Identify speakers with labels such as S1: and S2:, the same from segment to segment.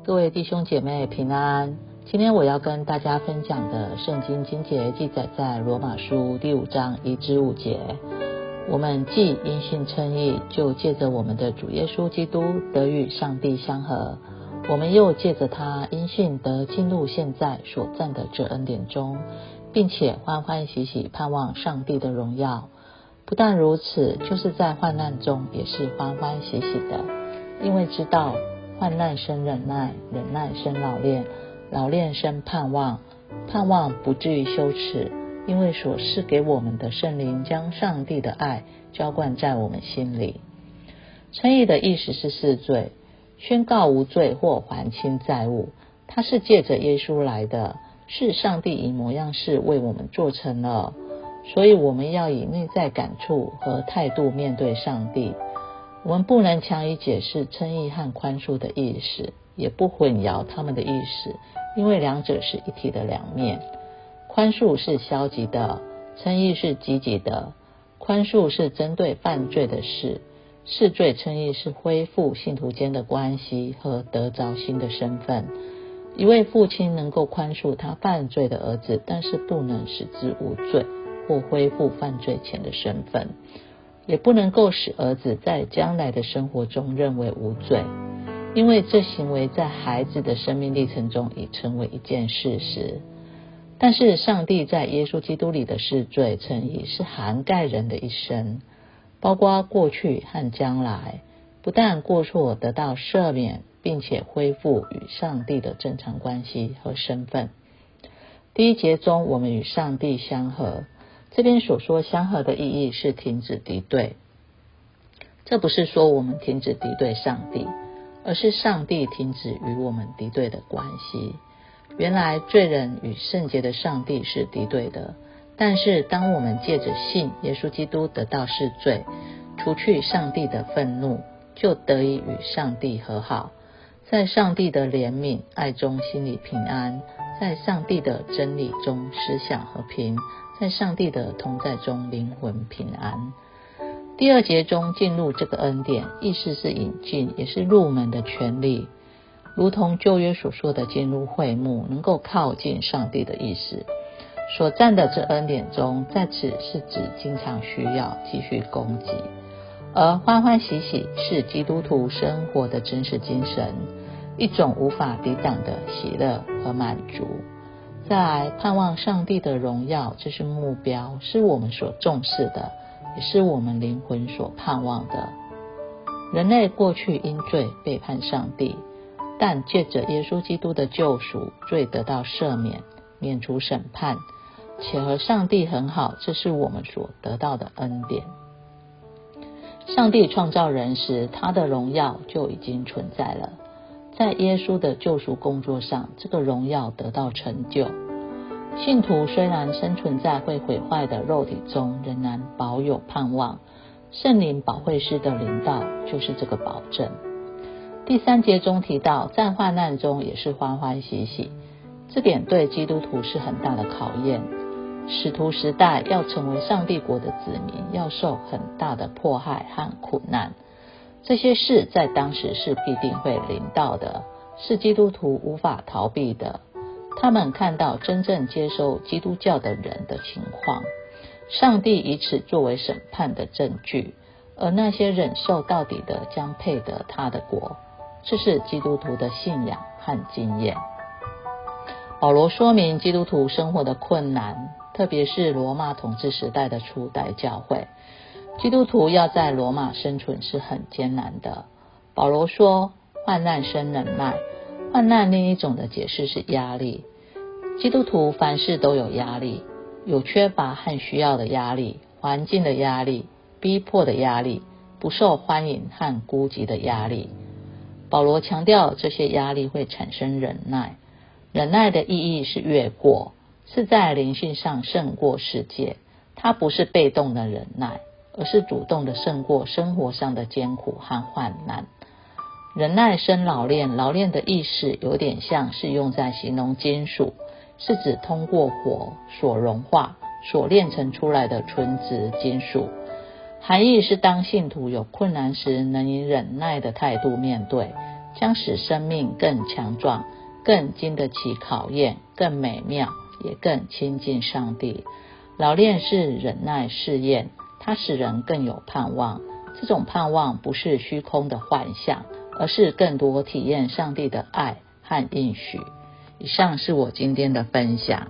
S1: 各位弟兄姐妹平安。今天我要跟大家分享的圣经经节记载在罗马书第5章1至5节。我们既因信称义，就借着我们的主耶稣基督得与上帝相合，我们又借着他因信得进入现在所占的这恩典中，并且欢欢喜喜盼望上帝的荣耀。不但如此，就是在患难中也是欢欢喜喜的，因为知道患难生忍耐，忍耐生老练，老练生盼望，盼望不至于羞耻，因为所赐给我们的圣灵将上帝的爱浇灌在我们心里。称义的意思是释罪，宣告无罪或还清债务，它是借着耶稣来的，是上帝以模样式为我们做成了，所以我们要以内在感触和态度面对上帝。我们不能强以解释称义和宽恕的意思，也不混淆他们的意思，因为两者是一体的两面。宽恕是消极的，称义是积极的。宽恕是针对犯罪的事，释罪称义是恢复信徒间的关系和得着新的身份。一位父亲能够宽恕他犯罪的儿子，但是不能使之无罪或恢复犯罪前的身份，也不能够使儿子在将来的生活中认为无罪，因为这行为在孩子的生命历程中已成为一件事实。但是上帝在耶稣基督里的释罪称义是涵盖人的一生，包括过去和将来，不但过错得到赦免，并且恢复与上帝的正常关系和身份。第1节中，我们与上帝相合，这边所说相合的意义是停止敌对。这不是说我们停止敌对上帝，而是上帝停止与我们敌对的关系。原来罪人与圣洁的上帝是敌对的，但是当我们借着信耶稣基督得到释罪，除去上帝的愤怒，就得以与上帝和好，在上帝的怜悯爱中心里平安，在上帝的真理中思想和平，在上帝的同在中灵魂平安。第2节中进入这个恩典，意思是引进，也是入门的权利，如同旧约所说的进入会幕，能够靠近上帝的意思。所占的这恩典中，在此是指经常需要继续供给，而欢欢喜喜是基督徒生活的真实精神，一种无法抵挡的喜乐和满足。再来，盼望上帝的荣耀，这是目标，是我们所重视的，也是我们灵魂所盼望的。人类过去因罪背叛上帝，但借着耶稣基督的救赎，罪得到赦免，免除审判，且和上帝很好，这是我们所得到的恩典。上帝创造人时，他的荣耀就已经存在了，在耶稣的救赎工作上，这个荣耀得到成就。信徒虽然生存在会毁坏的肉体中，仍然保有盼望，圣灵保惠师的领导就是这个保证。第3节中提到，在患难中也是欢欢喜喜，这点对基督徒是很大的考验。使徒时代要成为上帝国的子民，要受很大的迫害和苦难，这些事在当时是必定会临到的，是基督徒无法逃避的。他们看到真正接受基督教的人的情况，上帝以此作为审判的证据，而那些忍受到底的将配得他的国，这是基督徒的信仰和经验。保罗说明基督徒生活的困难，特别是罗马统治时代的初代教会，基督徒要在罗马生存是很艰难的。保罗说，患难生忍耐，患难另一种的解释是压力。基督徒凡事都有压力，有缺乏和需要的压力，环境的压力，逼迫的压力，不受欢迎和孤寂的压力。保罗强调这些压力会产生忍耐，忍耐的意义是越过，是在灵性上胜过世界。它不是被动的忍耐，而是主动的胜过生活上的艰苦和患难。忍耐生老练，老练的意思有点像是用在形容金属，是指通过火所融化所炼成出来的纯质金属。含义是当信徒有困难时，能以忍耐的态度面对， 将使生命更强壮，更经得起考验，更美妙，也更亲近上帝。老练是忍耐试验，它使人更有盼望。这种盼望不是虚空的幻象，而是更多体验上帝的爱和应许。以上是我今天的分享。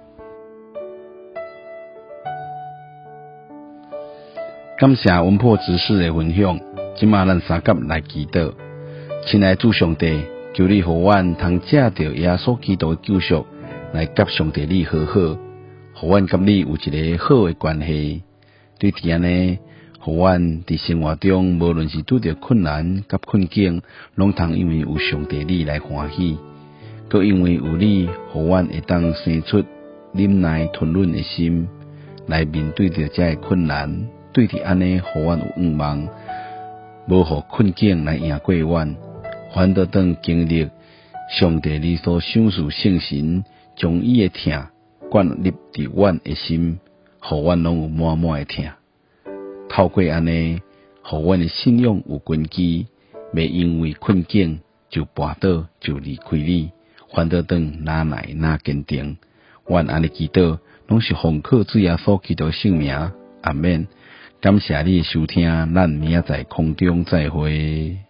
S2: 感谢温破执事的分享，今仔咱三甲来祈祷。亲爱的主上帝，求你互阮通借着耶稣基督的救赎，来甲上帝你和好，互阮甲你有一个好的关系。对伫安尼，互阮伫生活中，无论是拄着困难甲困境，拢通因为有上帝你来欢喜，佮因为有你，互阮会当生出忍耐吞忍的心，来面对着这个困难。对伫安尼，互阮有盼望，无互困境来赢过阮，反倒当经历上帝你所赏赐圣神，将伊的疼灌入伫阮的心，互阮拢有满满的疼。透过安尼，互阮的信仰有根基，袂因为困境就跋倒就离开你，反倒当哪来哪坚定。阮安尼祈祷，拢是奉靠主耶稣基督圣名，阿免。感谢你的收听，咱明仔载空中再会。